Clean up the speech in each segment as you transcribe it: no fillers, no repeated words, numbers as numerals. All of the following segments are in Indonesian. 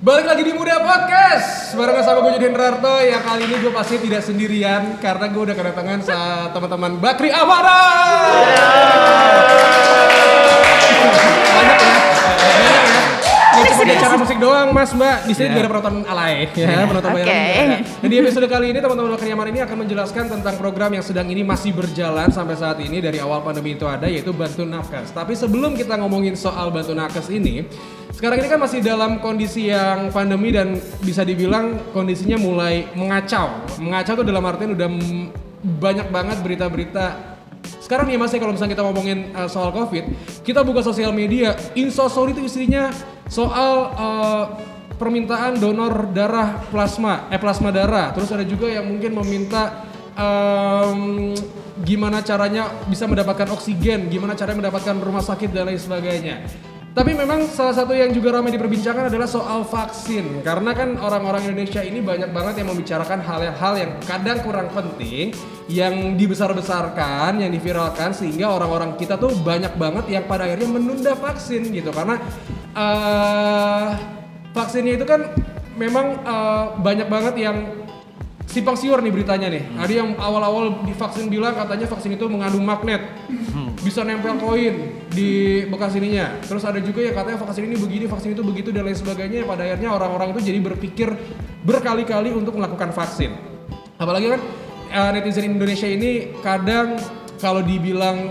Balik lagi di Muda Podcast barengan sama gue Jadi Hendrarto. Yang kali ini gue pasti tidak sendirian karena gue udah kedatangan sama teman-teman Bakri Amara. Banyak ya. Ini cuma di acara musik doang Mas Mbak. Di sini juga ada penonton alay ya, penonton bayaran. Dan di episode kali ini teman-teman Bakri Amara ini akan menjelaskan tentang program yang sedang ini masih berjalan sampai saat ini dari awal pandemi itu ada, yaitu Bantu Nakes. Tapi sebelum kita ngomongin soal Bantu Nakes ini, sekarang ini kan masih dalam kondisi yang pandemi dan bisa dibilang kondisinya mulai mengacau. Mengacau tuh dalam artian udah banyak banget berita-berita. Sekarang nih Mas, kalau misalnya kita ngomongin soal COVID, kita buka sosial media, instastory itu isinya soal permintaan donor darah plasma darah. Terus ada juga yang mungkin meminta gimana caranya bisa mendapatkan oksigen, gimana caranya mendapatkan rumah sakit dan lain sebagainya. Tapi memang salah satu yang juga ramai diperbincangkan adalah soal vaksin. Karena kan orang-orang Indonesia ini banyak banget yang membicarakan hal-hal yang kadang kurang penting, yang dibesar-besarkan, yang diviralkan, sehingga orang-orang kita tuh banyak banget yang pada akhirnya menunda vaksin gitu. Karena vaksinnya itu kan memang banyak banget yang simpang siur nih beritanya nih. Ada yang awal-awal divaksin bilang katanya vaksin itu mengandung magnet, bisa nempel koin di bekas ininya. Terus ada juga yang katanya vaksin ini begini, vaksin itu begitu dan lain sebagainya. Pada akhirnya orang-orang itu jadi berpikir berkali-kali untuk melakukan vaksin. Apalagi kan netizen Indonesia ini kadang kalau dibilang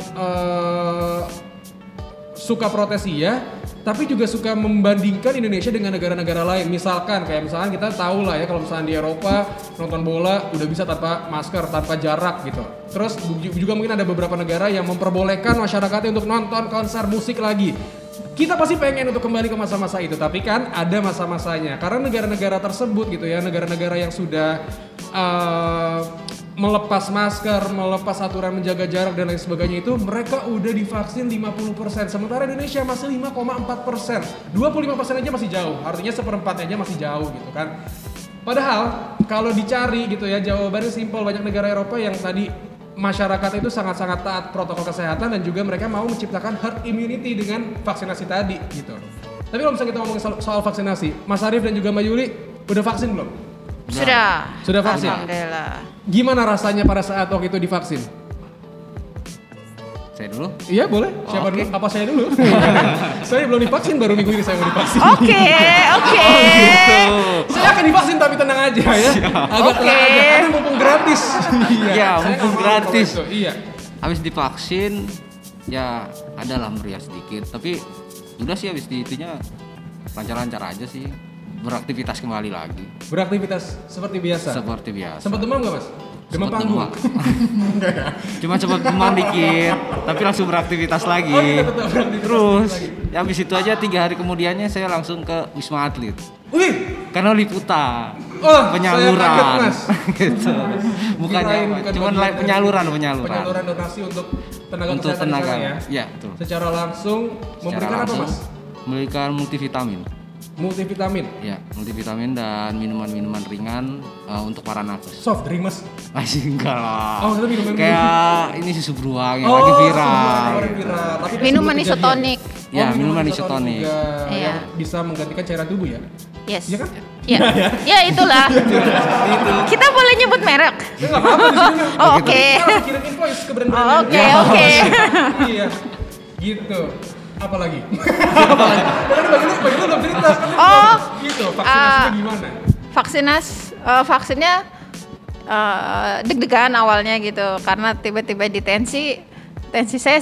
suka protes iya, tapi juga suka membandingkan Indonesia dengan negara-negara lain. Misalkan kita tahu lah ya, kalau misalnya di Eropa nonton bola udah bisa tanpa masker, tanpa jarak gitu. Terus juga mungkin ada beberapa negara yang memperbolehkan masyarakatnya untuk nonton konser musik lagi. Kita pasti pengen untuk kembali ke masa-masa itu, tapi kan ada masa-masanya. Karena negara-negara tersebut gitu ya, negara-negara yang sudah melepas masker, melepas aturan menjaga jarak dan lain sebagainya itu, mereka udah divaksin 50%. Sementara Indonesia masih 5,4%. 25% aja masih jauh, artinya seperempatnya aja masih jauh gitu kan. Padahal kalau dicari gitu ya, jawabannya simpel. Banyak negara Eropa yang tadi masyarakat itu sangat-sangat taat protokol kesehatan dan juga mereka mau menciptakan herd immunity dengan vaksinasi tadi gitu. Tapi kalau misalnya kita ngomongin soal vaksinasi, Mas Arief dan juga Mbak Yuli udah vaksin belum? Sudah vaksin? Alhamdulillah. Gimana rasanya pada saat waktu itu divaksin? Saya dulu? Iya boleh, siapa dulu? Apa saya dulu? Saya belum divaksin, baru minggu ini saya mau divaksin. Oke. Gitu. Saya akan divaksin tapi tenang aja ya. Agak tenang aja, karena mumpung gratis. Iya, mumpung gratis. Iya. Habis divaksin, ya adalah meriah sedikit. Tapi udah sih habis itunya lancar-lancar aja sih. Beraktivitas kembali lagi. Beraktivitas seperti biasa? Seperti biasa. Sempat demam gak Mas? Demam panggung? Cuma sempat demam dikit, tapi langsung beraktivitas lagi. Terus, ya habis itu aja 3 hari kemudiannya saya langsung ke Wisma Atlet. Wih! Karena liputan, Saya penyaluran, kaget, Mas. gitu. Bukannya, cuman penyaluran. Penyaluran donasi untuk tenaga kesehatan ya? Ya, betul. Secara langsung memberikan apa Mas? Memberikan multivitamin. Multivitamin? Ya, multivitamin dan minuman-minuman ringan untuk para nakes. Soft drink Mas? Masih enggak lah. Oh, itu minuman kayak ini susu beruang yang lagi viral. Tapi Minuman isotonik. Ya, minuman isotonik. Yang bisa menggantikan cairan tubuh ya? Yes. Iya kan? Ya. Ya itulah. Kita boleh nyebut merek. Ya enggak apa-apa di sini. Oh, oke. Kita kirim invoice ke brand-brand. Oke. Iya. Gitu. Apalagi? Karena bagi lu belum cerita. Gitu, vaksinasinya gimana? Vaksinnya deg-degan awalnya gitu, karena tiba-tiba di tensi saya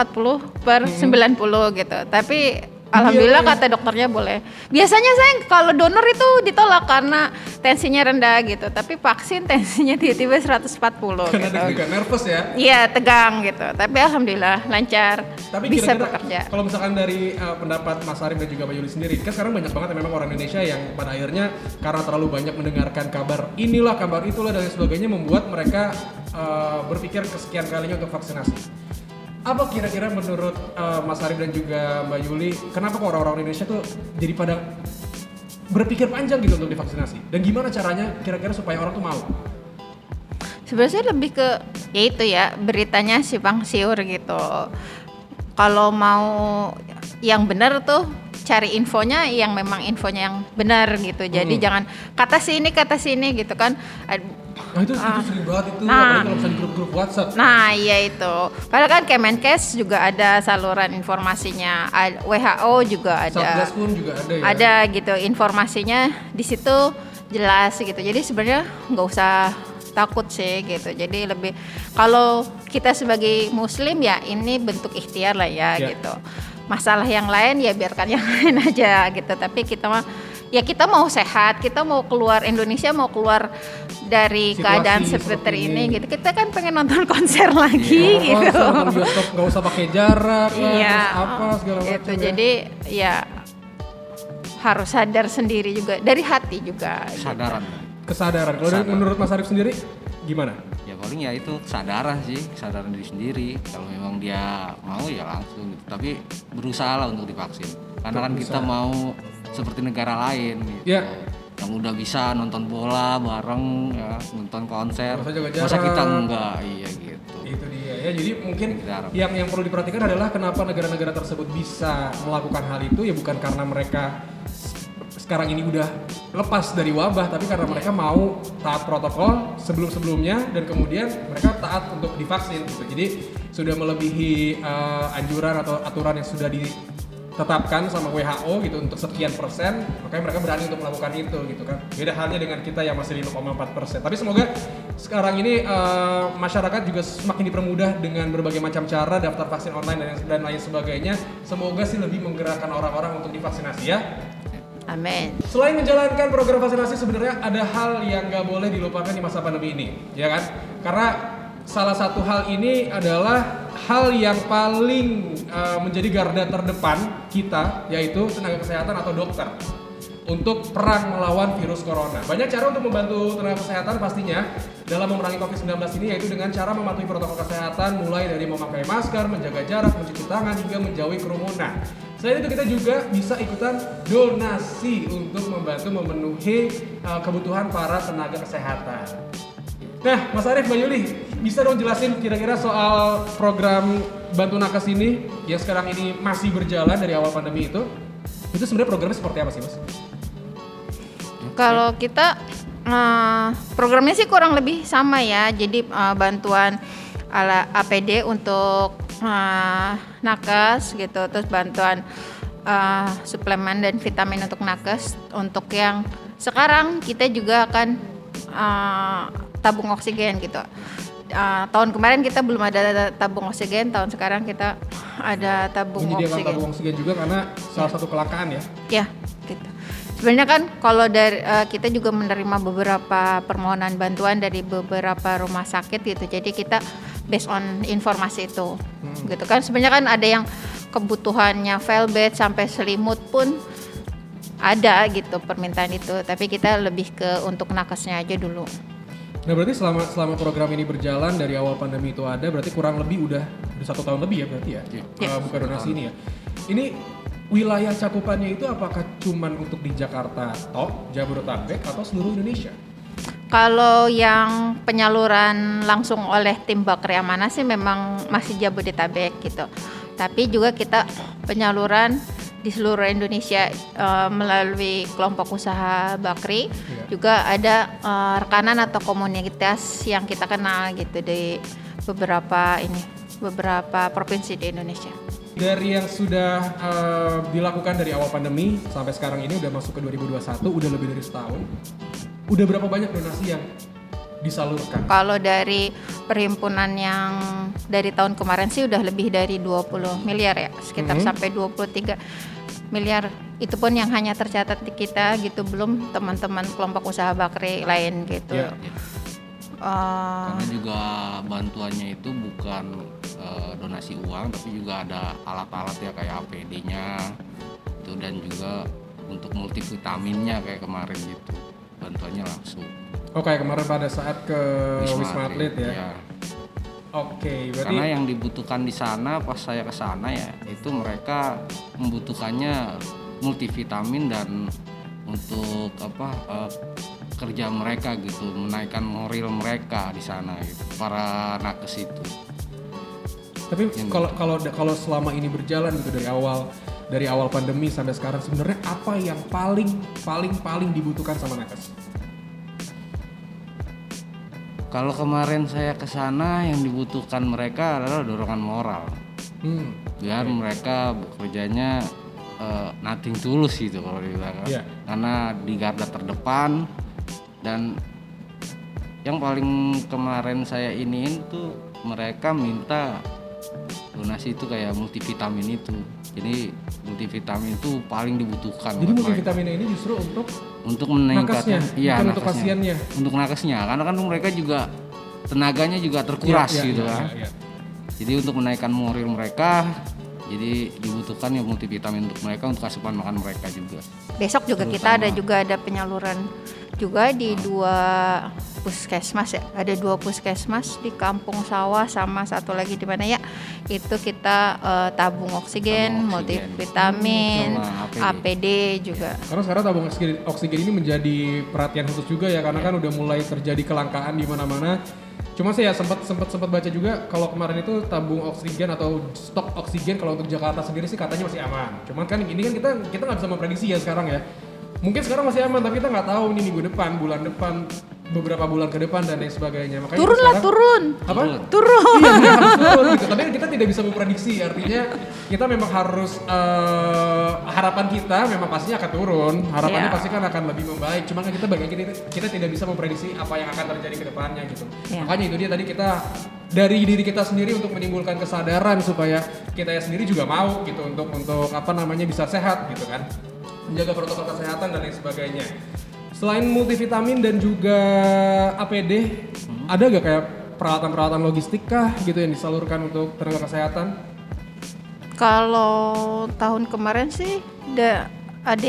140/90 gitu. Tapi alhamdulillah kata dokternya boleh. Biasanya saya kalau donor itu ditolak karena tensinya rendah gitu, tapi vaksin tensinya tiba-tiba 140 karena gitu. deg-degan, nervous ya? Iya, tegang gitu. Tapi alhamdulillah lancar. Tapi bisa kira-kira, bekerja. kalau misalkan dari pendapat Mas Arief dan juga Mbak Yuli sendiri, kan sekarang banyak banget memang orang Indonesia yang pada akhirnya karena terlalu banyak mendengarkan kabar inilah, kabar itulah dan sebagainya, membuat mereka berpikir kesekian kalinya untuk vaksinasi. Apa kira-kira menurut Mas Arief dan juga Mbak Yuli, kenapa kok orang-orang Indonesia tuh jadi pada berpikir panjang gitu untuk divaksinasi? Dan gimana caranya kira-kira supaya orang tuh mau? Sebenarnya lebih ke ya itu ya, beritanya simpang siur gitu. Kalau mau yang benar tuh cari infonya yang memang infonya yang benar gitu. Jadi jangan kata sini gitu kan. Nah itu sering banget itu, apalagi kalau misalnya grup-grup WhatsApp. Nah iya itu. Padahal kan Kemenkes juga ada saluran informasinya, WHO juga ada. Satgas pun juga ada ya. Ada gitu informasinya di situ jelas gitu. Jadi sebenarnya nggak usah takut sih gitu. Jadi lebih kalau kita sebagai muslim ya ini bentuk ikhtiar lah ya gitu. Masalah yang lain ya biarkan yang lain aja gitu. Tapi kita mau sehat, kita mau keluar Indonesia, mau keluar dari situasi keadaan seperti ini gitu. Kita kan pengen nonton konser lagi gitu. Nonton bioskop nggak usah pakai jarak terus apa segala macam. Gitu. Jadi ya harus sadar sendiri juga dari hati juga. Kesadaran. Gitu. Kesadaran. Kalau menurut Mas Arif sendiri gimana? Ya paling ya itu kesadaran diri sendiri. Kalau memang dia mau ya langsung gitu. Tapi berusaha lah untuk divaksin. Karena kan kita mau seperti negara lain gitu. Ya. Yang udah bisa nonton bola bareng ya, nonton konser. Masa kita enggak, iya gitu. Itu dia ya. Jadi mungkin yang perlu diperhatikan adalah kenapa negara-negara tersebut bisa melakukan hal itu ya bukan karena mereka sekarang ini udah lepas dari wabah, tapi karena mereka mau taat protokol sebelum-sebelumnya dan kemudian mereka taat untuk divaksin gitu. Jadi sudah melebihi anjuran atau aturan yang sudah ditetapkan sama WHO gitu untuk sekian persen, makanya mereka berani untuk melakukan itu gitu kan. Beda halnya dengan kita yang masih 5,4%. Tapi semoga sekarang ini masyarakat juga semakin dipermudah dengan berbagai macam cara, daftar vaksin online dan lain sebagainya. Semoga sih lebih menggerakkan orang-orang untuk divaksinasi ya. Amin. Selain menjalankan program vaksinasi, sebenarnya ada hal yang nggak boleh dilupakan di masa pandemi ini, ya kan? Karena salah satu hal ini adalah hal yang paling menjadi garda terdepan kita, yaitu tenaga kesehatan atau dokter untuk perang melawan virus corona. Banyak cara untuk membantu tenaga kesehatan pastinya dalam memerangi COVID-19 ini, yaitu dengan cara mematuhi protokol kesehatan mulai dari memakai masker, menjaga jarak, mencuci tangan, hingga menjauhi kerumunan. Selain itu kita juga bisa ikutan donasi untuk membantu memenuhi kebutuhan para tenaga kesehatan. Nah, Mas Arif, Mbak Yuli, bisa dong jelasin kira-kira soal program Bantu Nakes ini yang sekarang ini masih berjalan dari awal pandemi itu? Itu sebenarnya programnya seperti apa sih, Mas? Kalau kita programnya sih kurang lebih sama ya. Jadi bantuan ala APD untuk nakes gitu, terus bantuan suplemen dan vitamin untuk nakes. Untuk yang sekarang kita juga akan tabung oksigen gitu. Tahun kemarin kita belum ada tabung oksigen, tahun sekarang kita ada tabung oksigen. Tabung oksigen juga karena salah satu kelangkaan ya? Ya, gitu. Sebenarnya kan kalau dari kita juga menerima beberapa permohonan bantuan dari beberapa rumah sakit gitu. Jadi kita based on informasi itu, gitu kan. Sebenarnya kan ada yang kebutuhannya velvet sampai selimut pun ada gitu permintaan itu. Tapi kita lebih ke untuk nakesnya aja dulu. Nah berarti selama program ini berjalan dari awal pandemi itu ada, berarti kurang lebih udah 1 tahun lebih ya berarti ya? Buka donasi ini ya. Ini wilayah cakupannya itu apakah cuman untuk di Jakarta top, Jabodetabek atau seluruh Indonesia? Kalau yang penyaluran langsung oleh tim Bakri Amanah sih memang masih Jabodetabek gitu. Tapi juga kita penyaluran di seluruh Indonesia melalui kelompok usaha Bakri. Juga ada rekanan atau komunitas yang kita kenal gitu di beberapa provinsi di Indonesia. Dari yang sudah dilakukan dari awal pandemi sampai sekarang ini udah masuk ke 2021, udah lebih dari setahun. Udah berapa banyak donasi yang disalurkan? Kalau dari perhimpunan yang dari tahun kemarin sih udah lebih dari 20 miliar ya, sekitar sampai 23 miliar. Itu pun yang hanya tercatat di kita gitu, belum teman-teman kelompok usaha Bakri lain gitu. Karena juga bantuannya itu bukan donasi uang, tapi juga ada alat-alat ya kayak APD-nya itu, dan juga untuk multivitaminnya kayak kemarin gitu, bantuannya langsung. Oh kayak kemarin pada saat ke Wisma Atlet ya? Oke, berarti karena yang dibutuhkan di sana pas saya ke sana ya itu mereka membutuhkannya multivitamin dan untuk kerja mereka gitu, menaikkan moral mereka di sana gitu, para nakes itu. Tapi kalau selama ini berjalan gitu dari awal dari awal pandemi sampai sekarang sebenarnya apa yang paling dibutuhkan sama nakes? Kalau kemarin saya ke sana yang dibutuhkan mereka adalah dorongan moral. Biar mereka bekerjanya nothing tulus gitu kalau dibilang. Yeah. Karena di garda terdepan, dan yang paling kemarin saya iniin tuh mereka minta donasi itu kayak multivitamin itu. Jadi multivitamin itu paling dibutuhkan. Jadi multivitamin ini justru untuk meningkatkan, bukan untuk pasiennya. Untuk nakesnya, karena kan mereka juga tenaganya juga terkuras gitu kan. Jadi untuk menaikkan moral mereka, jadi dibutuhkan ya multivitamin untuk mereka, untuk asupan makan mereka juga. Besok juga kita ada penyaluran juga di 2 puskesmas ya. Ada 2 puskesmas di Kampung Sawah sama satu lagi di mana ya? Itu kita tabung oksigen, multivitamin, APD juga. Karena sekarang tabung oksigen ini menjadi perhatian khusus juga ya, karena kan udah mulai terjadi kelangkaan di mana-mana. Cuma saya sempat baca juga kalau kemarin itu tabung oksigen atau stok oksigen kalau untuk Jakarta sendiri sih katanya masih aman. Cuman kan ini kan kita nggak bisa memprediksi ya sekarang ya. Mungkin sekarang masih aman tapi kita nggak tahu nih minggu depan, bulan depan, beberapa bulan ke depan dan lain sebagainya. Makanya turun. Apa? Turun. Iya, harus turun gitu. Tapi kita tidak bisa memprediksi. Artinya kita memang harus harapan kita memang pastinya akan turun. Harapannya pasti kan akan lebih membaik. Cuma kan kita tidak bisa memprediksi apa yang akan terjadi ke depannya gitu. Makanya itu dia tadi kita dari diri kita sendiri untuk menimbulkan kesadaran supaya kita sendiri juga mau gitu untuk bisa sehat gitu kan. Menjaga protokol kesehatan dan lain sebagainya. Selain multivitamin dan juga APD, ada gak kayak peralatan-peralatan logistik kah gitu yang disalurkan untuk tenaga kesehatan? Kalau tahun kemarin sih ada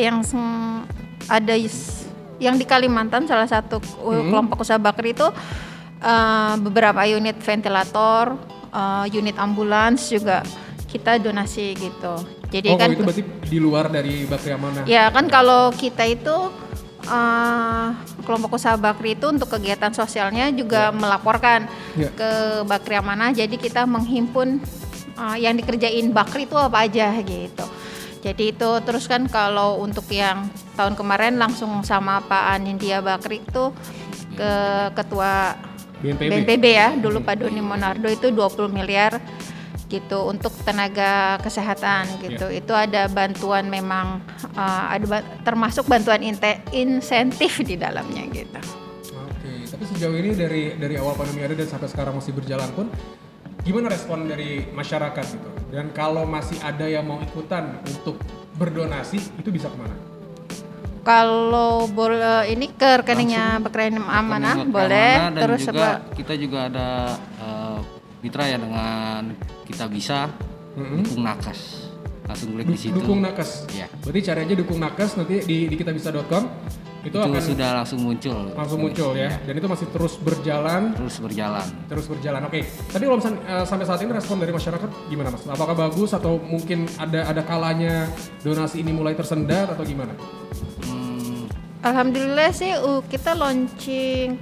yang di Kalimantan, salah satu kelompok usaha Bakri itu beberapa unit ventilator, unit ambulans juga kita donasi gitu. Jadi kan itu berarti di luar dari Bakri Amanah. Ya kan kalau kita itu kelompok usaha Bakri itu untuk kegiatan sosialnya juga melaporkan ke Bakri Amanah. Jadi kita menghimpun yang dikerjain Bakri itu apa aja gitu. Jadi itu terus kan kalau untuk yang tahun kemarin langsung sama Pak Anindya Bakri itu ke Ketua BNPB ya, dulu Pak Doni Monardo itu 20 miliar gitu untuk tenaga kesehatan gitu. Itu ada bantuan memang termasuk bantuan insentif di dalamnya gitu. Oke, tapi sejauh ini dari awal pandemi ada dan sampai sekarang masih berjalan pun gimana respon dari masyarakat gitu? Dan kalau masih ada yang mau ikutan untuk berdonasi itu bisa kemana? Kalau boleh ini ke rekeningnya Bakri Amanah boleh. Terus juga kita juga ada mitra ya dengan Kita Bisa, dukung nakes, langsung klik di situ. Dukung nakes. Iya. Berarti cari aja dukung nakes nanti di kitabisa.com. Itu akan sudah langsung muncul. Langsung muncul ya. Dan itu masih terus berjalan. Oke. Tapi kalau sampai saat ini respon dari masyarakat gimana Mas? Apakah bagus atau mungkin ada kalanya donasi ini mulai tersendat atau gimana? Alhamdulillah sih kita launching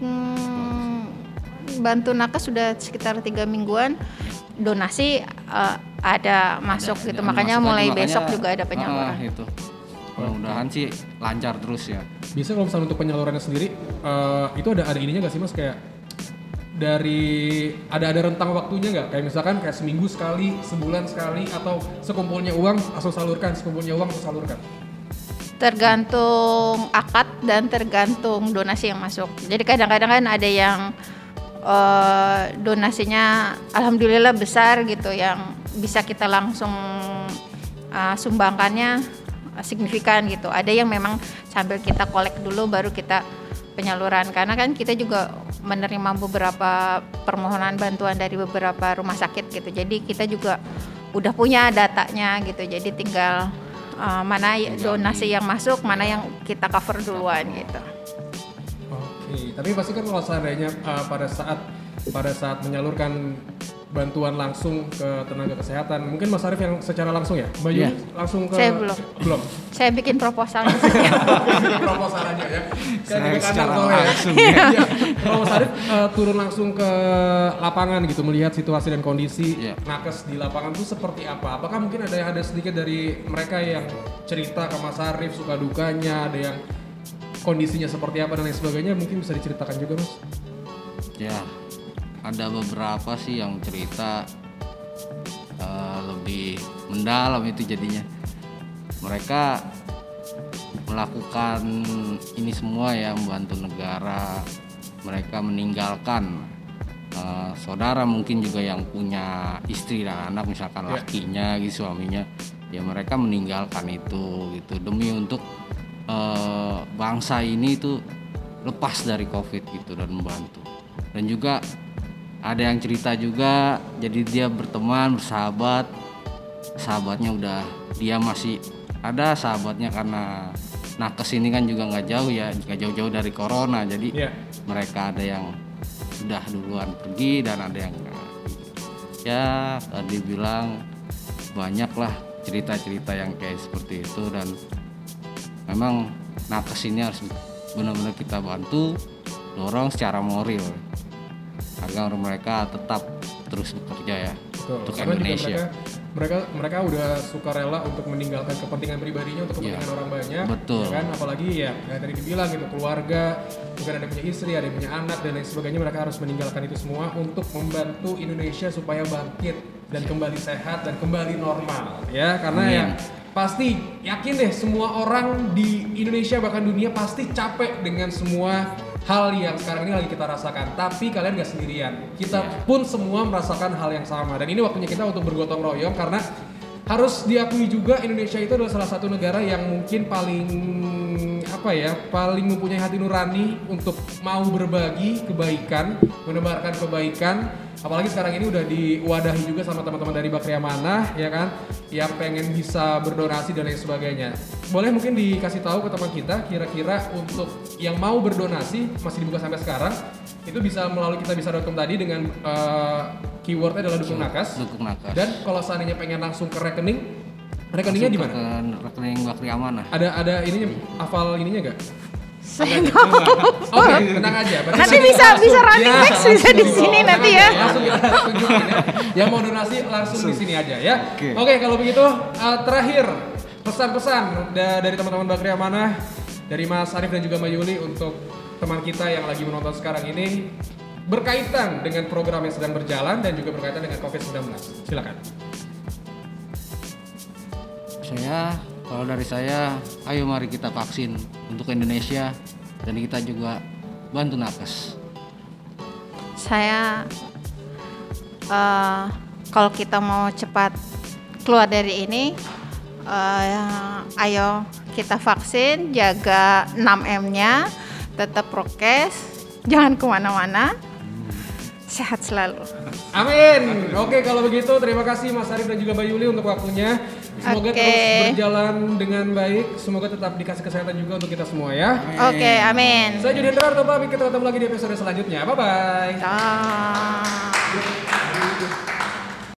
bantu nakes sudah sekitar 3 mingguan. Donasi ada masuk gitu, makanya mulai besok juga ada penyaluran. Itu. Mudah-mudahan sih lancar terus ya. Biasanya kalau misalnya untuk penyalurannya sendiri itu ada ininya nggak sih Mas, kayak dari ada rentang waktunya nggak? Kayak misalkan kayak seminggu sekali, sebulan sekali, atau sekumpulnya uang langsung salurkan, Tergantung akad dan tergantung donasi yang masuk. Jadi kadang-kadang kan ada yang donasinya alhamdulillah besar gitu, yang bisa kita langsung sumbangkannya signifikan gitu. Ada yang memang sambil kita kolek dulu baru kita penyaluran, karena kan kita juga menerima beberapa permohonan bantuan dari beberapa rumah sakit gitu. Jadi kita juga udah punya datanya gitu. Jadi tinggal mana donasi yang masuk, mana yang kita cover duluan gitu. Oke, tapi pasti kan kalau seandainya pada saat menyalurkan bantuan langsung ke tenaga kesehatan. Mungkin Mas Arief yang secara langsung ya? Mbak Yuli langsung ke... Saya belum. Belum? Saya bikin proposal. Proposal aja ya. Saya secara soalnya ya. langsung Iya. Kalau Mas Arief turun langsung ke lapangan gitu, melihat situasi dan kondisi nakes di lapangan itu seperti apa? Apakah mungkin ada sedikit dari mereka yang cerita ke Mas Arief suka dukanya, ada yang kondisinya seperti apa dan lain sebagainya, mungkin bisa diceritakan juga Mas? Ya, ada beberapa sih yang cerita lebih mendalam itu jadinya. Mereka melakukan ini semua ya, membantu negara. Mereka meninggalkan saudara mungkin juga yang punya istri dan anak, misalkan lakinya gitu, suaminya. Ya mereka meninggalkan itu gitu demi untuk bangsa ini itu lepas dari COVID gitu dan membantu. Dan juga ada yang cerita juga, jadi dia berteman, bersahabat, sahabatnya udah, dia masih ada sahabatnya karena nakes ini kan juga nggak jauh-jauh dari corona, jadi mereka ada yang sudah duluan pergi dan ada yang ya tadi bilang banyak lah cerita-cerita yang kayak seperti itu. Dan memang nakes ini harus benar-benar kita bantu, dorong secara moral agar mereka tetap terus bekerja ya. Betul. Untuk Karena Indonesia. Juga mereka udah suka rela untuk meninggalkan kepentingan pribadinya untuk kepentingan orang banyak. Betul. Ya kan, apalagi ya kayak tadi dibilang gitu, keluarga, mungkin ada yang punya istri, ada yang punya anak dan lain sebagainya, mereka harus meninggalkan itu semua untuk membantu Indonesia supaya bangkit dan kembali sehat dan kembali normal ya. Karena ya pasti yakin deh semua orang di Indonesia bahkan dunia pasti capek dengan semua hal yang sekarang ini lagi kita rasakan. Tapi kalian gak sendirian, kita pun semua merasakan hal yang sama. Dan ini waktunya kita untuk bergotong royong, karena harus diakui juga Indonesia itu adalah salah satu negara yang mungkin paling mempunyai hati nurani untuk mau berbagi kebaikan, menebarkan kebaikan. Apalagi sekarang ini udah diwadahi juga sama teman-teman dari Bakri Amanah ya kan, yang pengen bisa berdonasi dan lain sebagainya. Boleh mungkin dikasih tahu ke teman kita kira-kira untuk yang mau berdonasi, masih dibuka sampai sekarang, itu bisa melalui kitabisa.com tadi dengan keywordnya adalah dukung nakes. Dan kalau seandainya pengen langsung ke rekeningnya di mana? Rekening Bakri Amanah. Ada ininya, hafal ininya enggak? Saya nggak mau. Oke, tenang aja. Nanti bisa running text bisa di sini nanti ya. Langsung kita tunjukin ya. Yang mau donasi langsung di sini aja ya. Oke, kalau begitu terakhir pesan-pesan dari teman-teman Bakri Amanah, dari Mas Arief dan juga Mbak Yuli untuk teman kita yang lagi menonton sekarang ini, berkaitan dengan program yang sedang berjalan dan juga berkaitan dengan COVID-19. Silakan. Kalau dari saya, ayo mari kita vaksin untuk Indonesia dan kita juga bantu nakes. Saya kalau kita mau cepat keluar dari ini, ayo kita vaksin, jaga 6M-nya, tetap prokes, jangan kemana-mana, sehat selalu. Amin. Oke, kalau begitu terima kasih Mas Arief dan juga Mbak Yuli untuk waktunya. Semoga terus berjalan dengan baik. Semoga tetap dikasih kesehatan juga untuk kita semua ya. Oke, amin. Saya Judi Hendrar, kita ketemu lagi di episode selanjutnya. Bye-bye. Dah.